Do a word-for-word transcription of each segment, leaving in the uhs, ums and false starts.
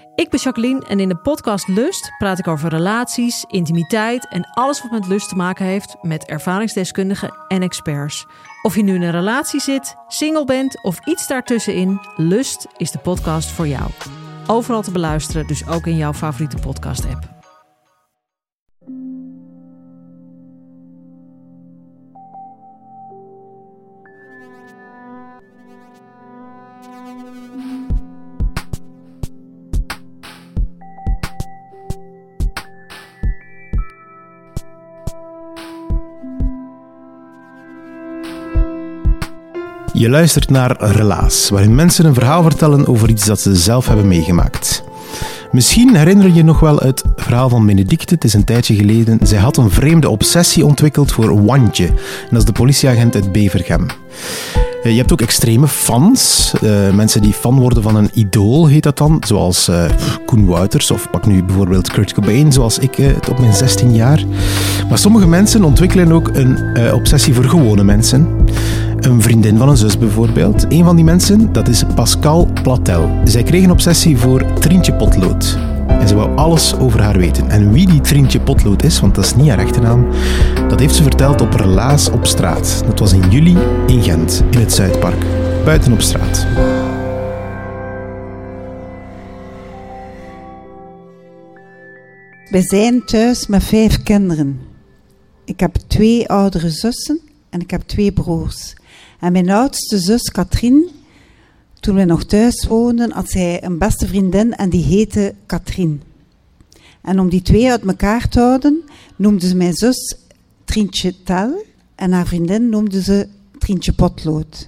Ik ben Jacqueline en in de podcast Lust praat ik over relaties, intimiteit en alles wat met lust te maken heeft met ervaringsdeskundigen en experts. Of je nu in een relatie zit, single bent of iets daartussenin, Lust is de podcast voor jou. Overal te beluisteren, dus ook in jouw favoriete podcast-app. Je luistert naar Relaas, waarin mensen een verhaal vertellen over iets dat ze zelf hebben meegemaakt. Misschien herinner je je nog wel het verhaal van Benedicte. Het is een tijdje geleden. Zij had een vreemde obsessie ontwikkeld voor Wantje. En dat is de politieagent uit Bevergem. Je hebt ook extreme fans. Uh, mensen die fan worden van een idool, heet dat dan. Zoals uh, Koen Wouters of pak nu bijvoorbeeld Kurt Cobain, zoals ik uh, het op mijn zestien jaar. Maar sommige mensen ontwikkelen ook een uh, obsessie voor gewone mensen. Een vriendin van een zus bijvoorbeeld. Een van die mensen, dat is Pascal Platel. Zij kreeg een obsessie voor Trientje Potlood. En ze wou alles over haar weten. En wie die Trientje Potlood is, want dat is niet haar echte naam, dat heeft ze verteld op Relaas op straat. Dat was in juli in Gent, in het Zuidpark. Buiten op straat. We zijn thuis met vijf kinderen. Ik heb twee oudere zussen en ik heb twee broers. En mijn oudste zus, Katrien, toen we nog thuis woonden, had zij een beste vriendin en die heette Katrien. En om die twee uit elkaar te houden, noemde ze mijn zus Trientje Tel en haar vriendin noemde ze Trientje Potlood.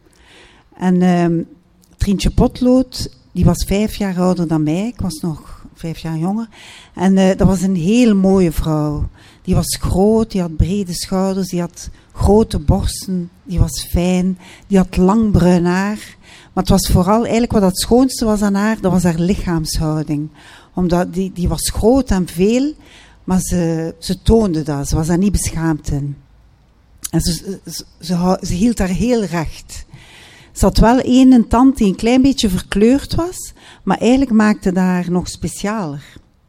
En uh, Trientje Potlood, die was vijf jaar ouder dan mij, ik was nog vijf jaar jonger. En uh, dat was een heel mooie vrouw. Die was groot, die had brede schouders, die had grote borsten, die was fijn, die had lang bruin haar. Maar het was vooral eigenlijk wat het schoonste was aan haar, dat was haar lichaamshouding. Omdat die, die was groot en veel, maar ze, ze toonde dat, ze was daar niet beschaamd in. En ze, ze, ze, ze hield haar heel recht. Ze had wel één tand die een klein beetje verkleurd was, maar eigenlijk maakte dat haar nog specialer.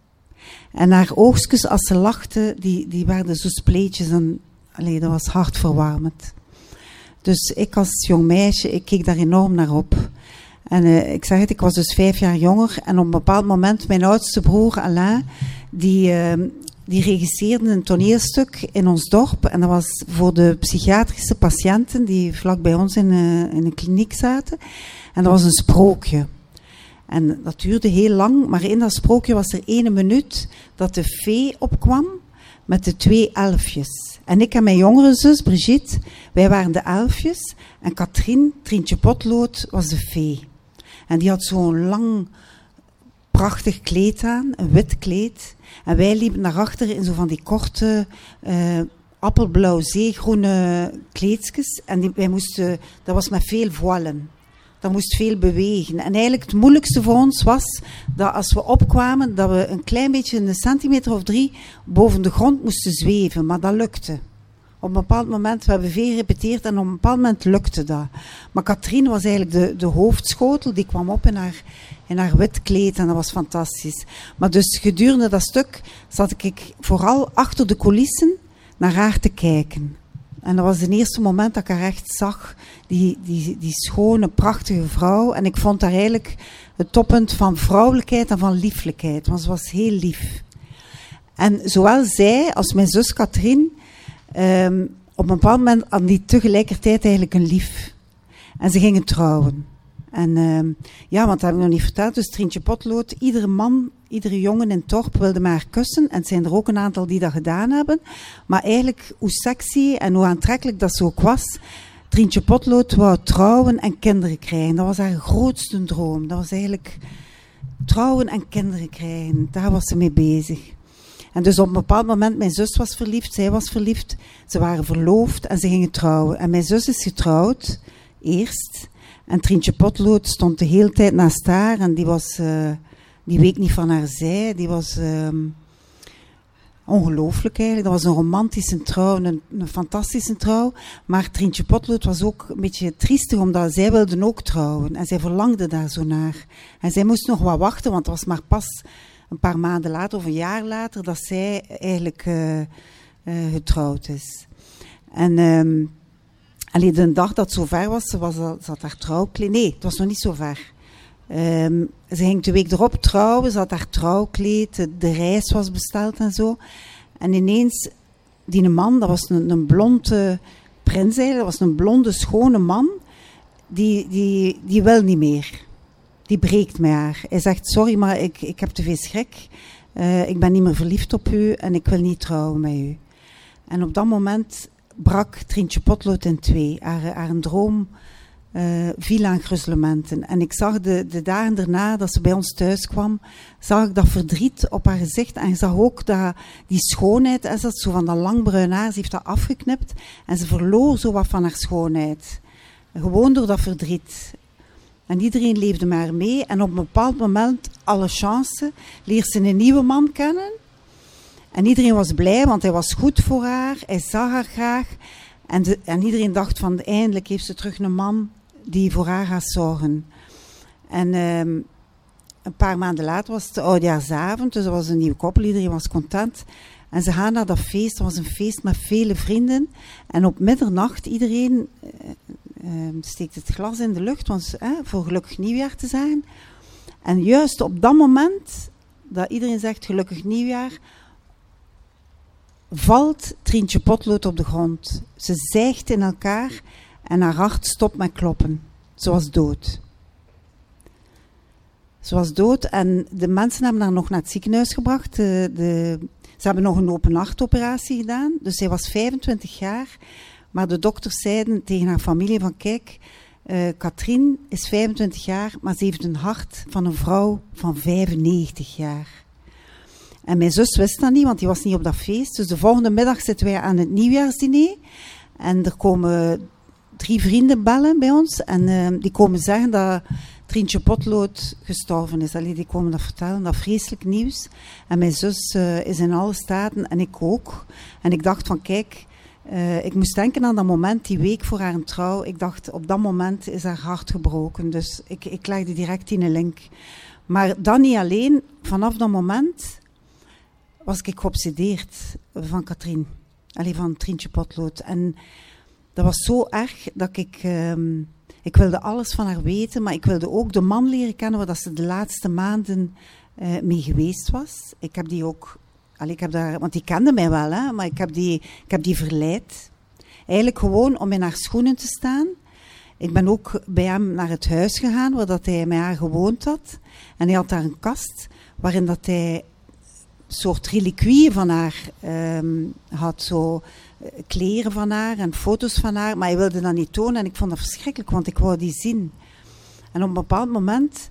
En haar oogstjes, als ze lachte, die, die werden zo spleetjes en allee, dat was hartverwarmend. Dus ik als jong meisje, ik keek daar enorm naar op. En uh, ik zeg het, ik was dus vijf jaar jonger en op een bepaald moment, mijn oudste broer Alain, die, uh, die regisseerde een toneelstuk in ons dorp. En dat was voor de psychiatrische patiënten die vlak bij ons in, uh, in een kliniek zaten. En dat was een sprookje. En dat duurde heel lang, maar in dat sprookje was er ene minuut dat de fee opkwam met de twee elfjes. En ik en mijn jongere zus, Brigitte, wij waren de elfjes. En Katrien, Trientje Potlood, was de fee. En die had zo'n lang, prachtig kleed aan, een wit kleed. En wij liepen naar achter in zo van die korte, uh, appelblauw, zeegroene kleedjes. En die, wij moesten, dat was met veel voilen. Dat moest veel bewegen. En eigenlijk het moeilijkste voor ons was dat als we opkwamen, dat we een klein beetje, een centimeter of drie, boven de grond moesten zweven. Maar dat lukte. Op een bepaald moment, we hebben veel gerepeteerd en op een bepaald moment lukte dat. Maar Katrien was eigenlijk de, de hoofdschotel, die kwam op in haar, in haar wit kleed en dat was fantastisch. Maar dus gedurende dat stuk zat ik vooral achter de coulissen naar haar te kijken. En dat was het eerste moment dat ik haar echt zag, die, die, die schone, prachtige vrouw. En ik vond haar eigenlijk het toppunt van vrouwelijkheid en van lieflijkheid, want ze was heel lief. En zowel zij als mijn zus Katrien, um, op een bepaald moment hadden die tegelijkertijd eigenlijk een lief. En ze gingen trouwen. En um, ja, want dat heb ik nog niet verteld, dus Trientje Potlood, iedere man, iedere jongen in het dorp wilde maar haar kussen. En het zijn er ook een aantal die dat gedaan hebben. Maar eigenlijk, hoe sexy en hoe aantrekkelijk dat ze ook was, Trientje Potlood wou trouwen en kinderen krijgen. Dat was haar grootste droom. Dat was eigenlijk trouwen en kinderen krijgen. Daar was ze mee bezig. En dus op een bepaald moment, mijn zus was verliefd, zij was verliefd. Ze waren verloofd en ze gingen trouwen. En mijn zus is getrouwd, eerst. En Trientje Potlood stond de hele tijd naast haar en die was, uh, die week niet van haar zij. Die was, uh, ongelooflijk eigenlijk. Dat was een romantische trouw, een, een fantastische trouw. Maar Trientje Potlood was ook een beetje triestig, omdat zij wilden ook trouwen. En zij verlangde daar zo naar. En zij moest nog wat wachten, want het was maar pas een paar maanden later of een jaar later dat zij eigenlijk uh, uh, getrouwd is. En um, allee, de dag dat het zover was, ze, was, ze had haar trouwkleed. Nee, het was nog niet zo ver. Um, ze ging de week erop trouwen, ze had haar trouwkleed, de, de reis was besteld en zo. En ineens, die man, dat was een, een blonde prins eigenlijk, dat was een blonde, schone man, die, die, die wil niet meer. Die breekt met haar. Hij zegt, sorry, maar ik, ik heb te veel schrik. Uh, ik ben niet meer verliefd op u en ik wil niet trouwen met u. En op dat moment brak Trientje Potlood in twee. Haar, haar droom uh, viel aan gruzelementen. En ik zag de, de dagen daarna, dat ze bij ons thuis kwam, zag ik dat verdriet op haar gezicht. En ik zag ook dat, die schoonheid, en dat zo van dat langbruin haar, ze heeft dat afgeknipt. En ze verloor zo wat van haar schoonheid. Gewoon door dat verdriet. En iedereen leefde met haar mee. En op een bepaald moment, alle chance, leert ze een nieuwe man kennen. En iedereen was blij, want hij was goed voor haar. Hij zag haar graag. En, de, en iedereen dacht van, eindelijk heeft ze terug een man die voor haar gaat zorgen. En um, een paar maanden later was het oudjaarsavond, dus er was een nieuw koppel, iedereen was content. En ze gaan naar dat feest, dat was een feest met vele vrienden. En op middernacht, iedereen uh, uh, steekt het glas in de lucht, want, uh, voor gelukkig nieuwjaar te zeggen. En juist op dat moment, dat iedereen zegt gelukkig nieuwjaar, valt Trientje Potlood op de grond. Ze zijgt in elkaar en haar hart stopt met kloppen. Ze was dood. Ze was dood en de mensen hebben haar nog naar het ziekenhuis gebracht. De, de, ze hebben nog een open hartoperatie gedaan. Dus zij was vijfentwintig jaar. Maar de dokters zeiden tegen haar familie van kijk, uh, Katrien is vijfentwintig jaar, maar ze heeft een hart van een vrouw van vijfennegentig jaar. En mijn zus wist dat niet, want die was niet op dat feest. Dus de volgende middag zitten wij aan het nieuwjaarsdiner. En er komen drie vrienden bellen bij ons. En uh, die komen zeggen dat Trientje Potlood gestorven is. Allee, die komen dat vertellen, dat vreselijk nieuws. En mijn zus uh, is in alle staten en ik ook. En ik dacht van kijk, uh, ik moest denken aan dat moment, die week voor haar trouw. Ik dacht, op dat moment is haar hart gebroken. Dus ik, ik legde direct in een link. Maar dan niet alleen, vanaf dat moment was ik geobsedeerd van Katrien. Allee, van Trientje Potlood. En dat was zo erg dat ik... Um, ik wilde alles van haar weten, maar ik wilde ook de man leren kennen waar dat ze de laatste maanden uh, mee geweest was. Ik heb die ook... Allee, ik heb daar, want die kende mij wel, hè, maar ik heb, die, ik heb die verleid. Eigenlijk gewoon om in haar schoenen te staan. Ik ben ook bij hem naar het huis gegaan waar dat hij met haar gewoond had. En hij had daar een kast waarin dat hij soort reliquieën van haar um, had, zo uh, kleren van haar en foto's van haar, maar hij wilde dat niet tonen en ik vond dat verschrikkelijk, want ik wou die zien. En op een bepaald moment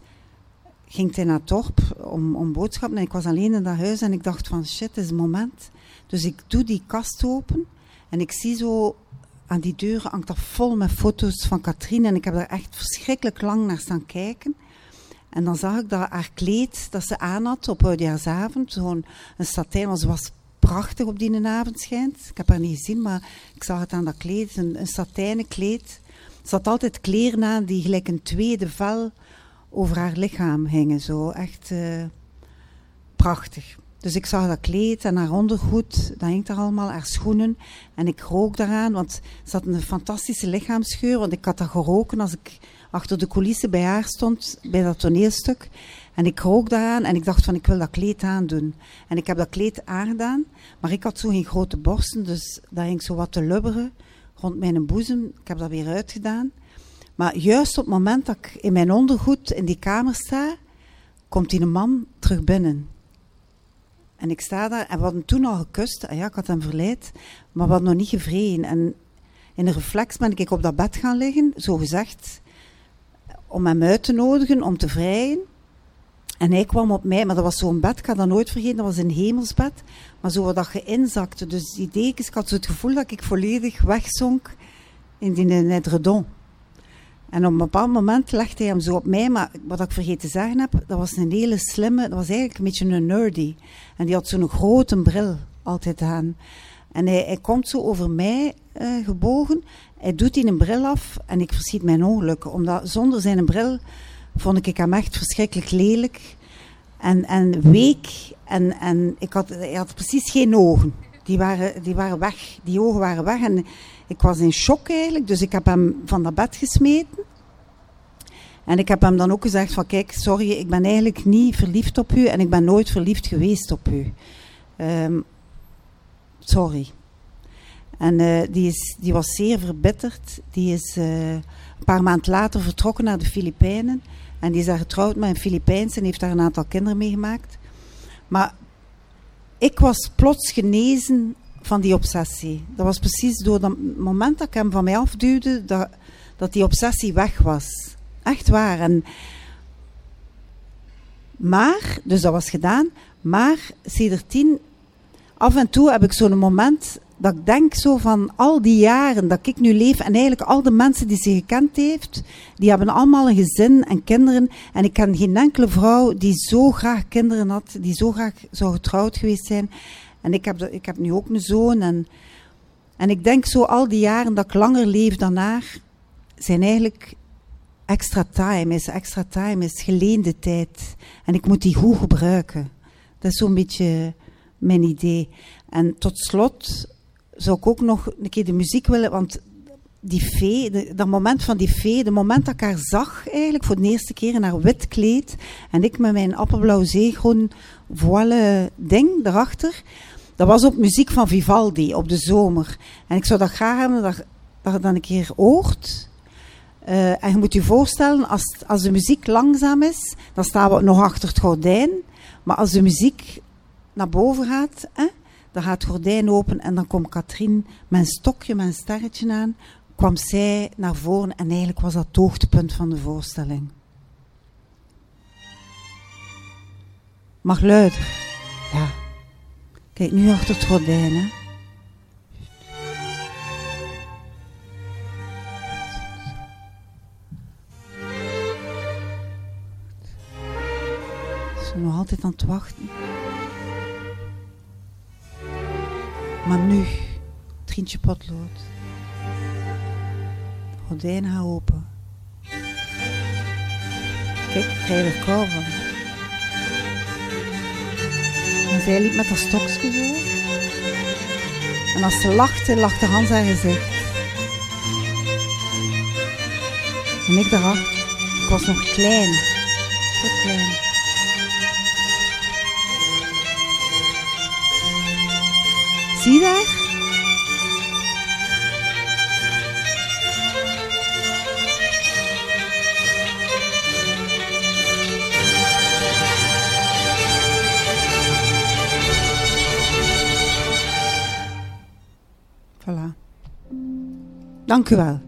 ging hij naar het dorp om, om boodschappen en ik was alleen in dat huis en ik dacht van shit, het is het moment. Dus ik doe die kast open en ik zie zo aan die deur hangt dat vol met foto's van Katrien en ik heb daar echt verschrikkelijk lang naar staan kijken. En dan zag ik dat haar kleed dat ze aan had op oudjaarsavond, zo'n een satijn, want ze was prachtig op die avond schijnt. Ik heb haar niet gezien, maar ik zag het aan dat kleed, een, een satijnen kleed. Ze had altijd kleren aan die gelijk een tweede vel over haar lichaam hingen, zo echt uh, prachtig. Dus ik zag dat kleed en haar ondergoed, dat hing daar allemaal, haar schoenen. En ik rook daaraan, want ze had een fantastische lichaamsgeur, want ik had dat geroken als ik achter de coulissen bij haar stond, bij dat toneelstuk. En ik rook daaraan en ik dacht van, ik wil dat kleed aandoen. En ik heb dat kleed aangedaan, maar ik had zo geen grote borsten, dus dat hing zo wat te lubberen rond mijn boezem. Ik heb dat weer uitgedaan. Maar juist op het moment dat ik in mijn ondergoed in die kamer sta, komt die man terug binnen. En ik sta daar en we hadden toen al gekust. En ja, ik had hem verleid, maar we hadden nog niet gevreden. En in een reflex ben ik op dat bed gaan liggen, zo gezegd, om hem uit te nodigen, om te vrijen. En hij kwam op mij, maar dat was zo'n bed, ik ga dat nooit vergeten, dat was een hemelsbed. Maar zo dat je inzakte, dus die dekens, ik had zo het gevoel dat ik volledig wegzonk in die edredon. En op een bepaald moment legde hij hem zo op mij, maar wat ik vergeten te zeggen heb, dat was een hele slimme, dat was eigenlijk een beetje een nerdy. En die had zo'n grote bril altijd aan. En hij, hij komt zo over mij uh, gebogen. Hij doet die een bril af en ik verschiet mijn ongeluk. Omdat zonder zijn bril vond ik hem echt verschrikkelijk lelijk. En, en week. En, en ik had, hij had precies geen ogen. Die waren, die waren weg. Die ogen waren weg. En ik was in shock eigenlijk. Dus ik heb hem van dat bed gesmeten. En ik heb hem dan ook gezegd van kijk, sorry, ik ben eigenlijk niet verliefd op u. En ik ben nooit verliefd geweest op u. Um, sorry. En uh, die, is, die was zeer verbitterd. Die is uh, een paar maanden later vertrokken naar de Filipijnen. En die is daar getrouwd met een Filipijnse en heeft daar een aantal kinderen meegemaakt. Maar ik was plots genezen van die obsessie. Dat was precies door dat moment dat ik hem van mij afduwde, dat, dat die obsessie weg was. Echt waar. En, maar, dus dat was gedaan. Maar sedertien, af en toe heb ik zo'n moment dat ik denk zo van al die jaren dat ik nu leef en eigenlijk al de mensen die ze gekend heeft, die hebben allemaal een gezin en kinderen. En ik ken geen enkele vrouw die zo graag kinderen had, die zo graag zou getrouwd geweest zijn. En ik heb, de, ik heb nu ook een zoon. En, en ik denk zo al die jaren dat ik langer leef dan haar, zijn eigenlijk extra time, is extra time, is geleende tijd. En ik moet die goed gebruiken. Dat is zo'n beetje mijn idee. En tot slot zou ik ook nog een keer de muziek willen, want die fee, de, dat moment van die fee, de moment dat ik haar zag eigenlijk voor de eerste keer in haar wit kleed en ik met mijn appelblauw zeegroen voile ding daarachter, dat was op muziek van Vivaldi op de zomer. En ik zou dat graag hebben dat, dat je dan een keer hoort. Uh, en je moet je voorstellen, als, als de muziek langzaam is, dan staan we nog achter het gordijn. Maar als de muziek naar boven gaat, hè, dan gaat het gordijn open en dan komt Katrien met een stokje, met een sterretje aan. Kwam zij naar voren en eigenlijk was dat het hoogtepunt van de voorstelling. Mag luider. Ja. Kijk, nu achter het gordijn, hè. Ze zijn nog altijd aan het wachten. Maar nu, Trientje Potlood. De gordijnen gaan open. Kijk, ik krijg er kou van. En zij liep met haar stokje zo. En als ze lachte, lachte Hans haar gezicht. En ik daarachter, ik was nog klein. Zo klein. Zie je daar? Voilà. Dank u wel.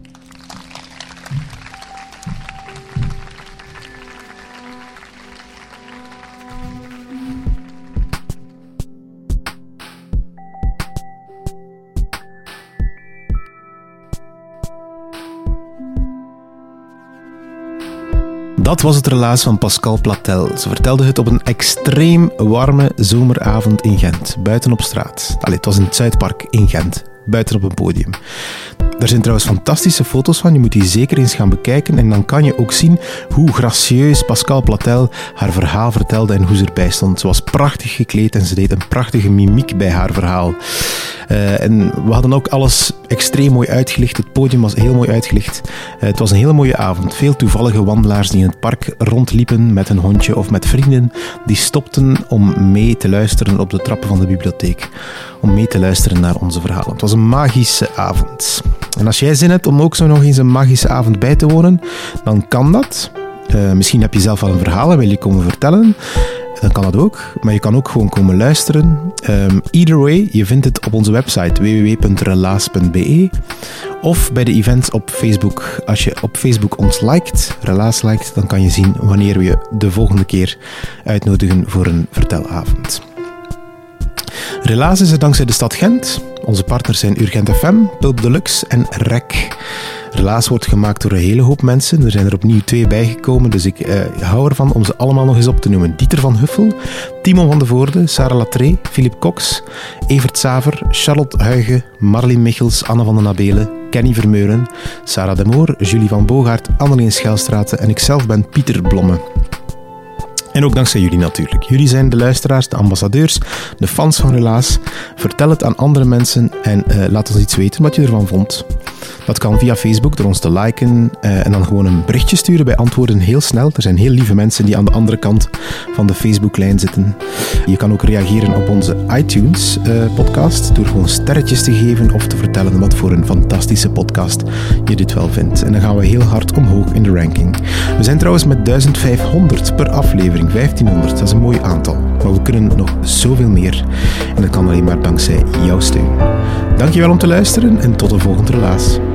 Dat was het relaas van Pascal Platel. Ze vertelde het op een extreem warme zomeravond in Gent, buiten op straat. Allee, het was in het Zuidpark in Gent, buiten op een podium. Er zijn trouwens fantastische foto's van, je moet die zeker eens gaan bekijken en dan kan je ook zien hoe gracieus Pascal Platel haar verhaal vertelde en hoe ze erbij stond. Ze was prachtig gekleed en ze deed een prachtige mimiek bij haar verhaal. Uh, en we hadden ook alles extreem mooi uitgelicht. Het podium was heel mooi uitgelicht. Uh, het was een hele mooie avond. Veel toevallige wandelaars die in het park rondliepen met een hondje of met vrienden, die stopten om mee te luisteren op de trappen van de bibliotheek. Om mee te luisteren naar onze verhalen. Het was een magische avond. En als jij zin hebt om ook zo nog eens een magische avond bij te wonen, dan kan dat. Uh, misschien heb je zelf al een verhaal en wil je komen vertellen. Dan kan dat ook, maar je kan ook gewoon komen luisteren. Um, either way, je vindt het op onze website w w w punt relaas punt b e of bij de events op Facebook. Als je op Facebook ons liked, Relaas liked, dan kan je zien wanneer we je de volgende keer uitnodigen voor een vertelavond. Relaas is er dankzij de stad Gent, Onze partners zijn Urgent F M, Pulp Deluxe en R E C. Relaas wordt gemaakt door een hele hoop mensen. Er zijn er opnieuw twee bijgekomen, dus ik uh, hou ervan om ze allemaal nog eens op te noemen. Dieter van Huffel, Timo van de Voorde, Sarah Latree, Philippe Cox, Evert Saver, Charlotte Huigen, Marleen Michels, Anne van den Abelen, Kenny Vermeuren, Sarah de Moor, Julie van Boogaard, Anneleen Schelstraten en ikzelf ben Pieter Blomme. En ook dankzij jullie natuurlijk. Jullie zijn de luisteraars, de ambassadeurs, de fans van Relaas. Vertel het aan andere mensen en uh, laat ons iets weten wat je ervan vond. Dat kan via Facebook door ons te liken uh, en dan gewoon een berichtje sturen. Wij antwoorden heel snel. Er zijn heel lieve mensen die aan de andere kant van de Facebooklijn zitten. Je kan ook reageren op onze iTunes-podcast uh, door gewoon sterretjes te geven of te vertellen wat voor een fantastische podcast je dit wel vindt. En dan gaan we heel hard omhoog in de ranking. We zijn trouwens met duizendvijfhonderd per aflevering, vijftienhonderd. Dat is een mooi aantal. Maar we kunnen nog zoveel meer. En dat kan alleen maar dankzij jouw steun. Dankjewel om te luisteren en tot de volgende Relaas.